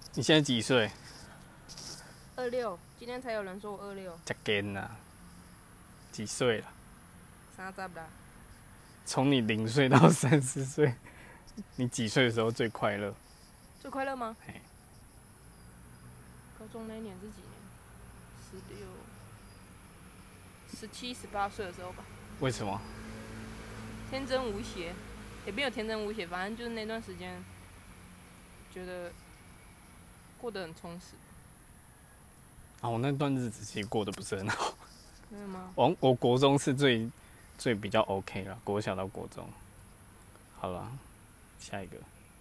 你现在几岁 26，今天才有人说我26， 才干呐？几岁了？ 30啦。 从你0岁到30岁，你几岁的时候最快乐？ 最快乐吗？ 嘿， 高中那一年是几年？17、18岁的时候吧。 为什么？ 天真无邪，也没有天真无邪，反正就是那段时间，觉得过得很充实。 啊，我那段日子其实过得不是很好。 真的吗？ 我国中是最比较 OK 了，国小到国中。好了，下一个。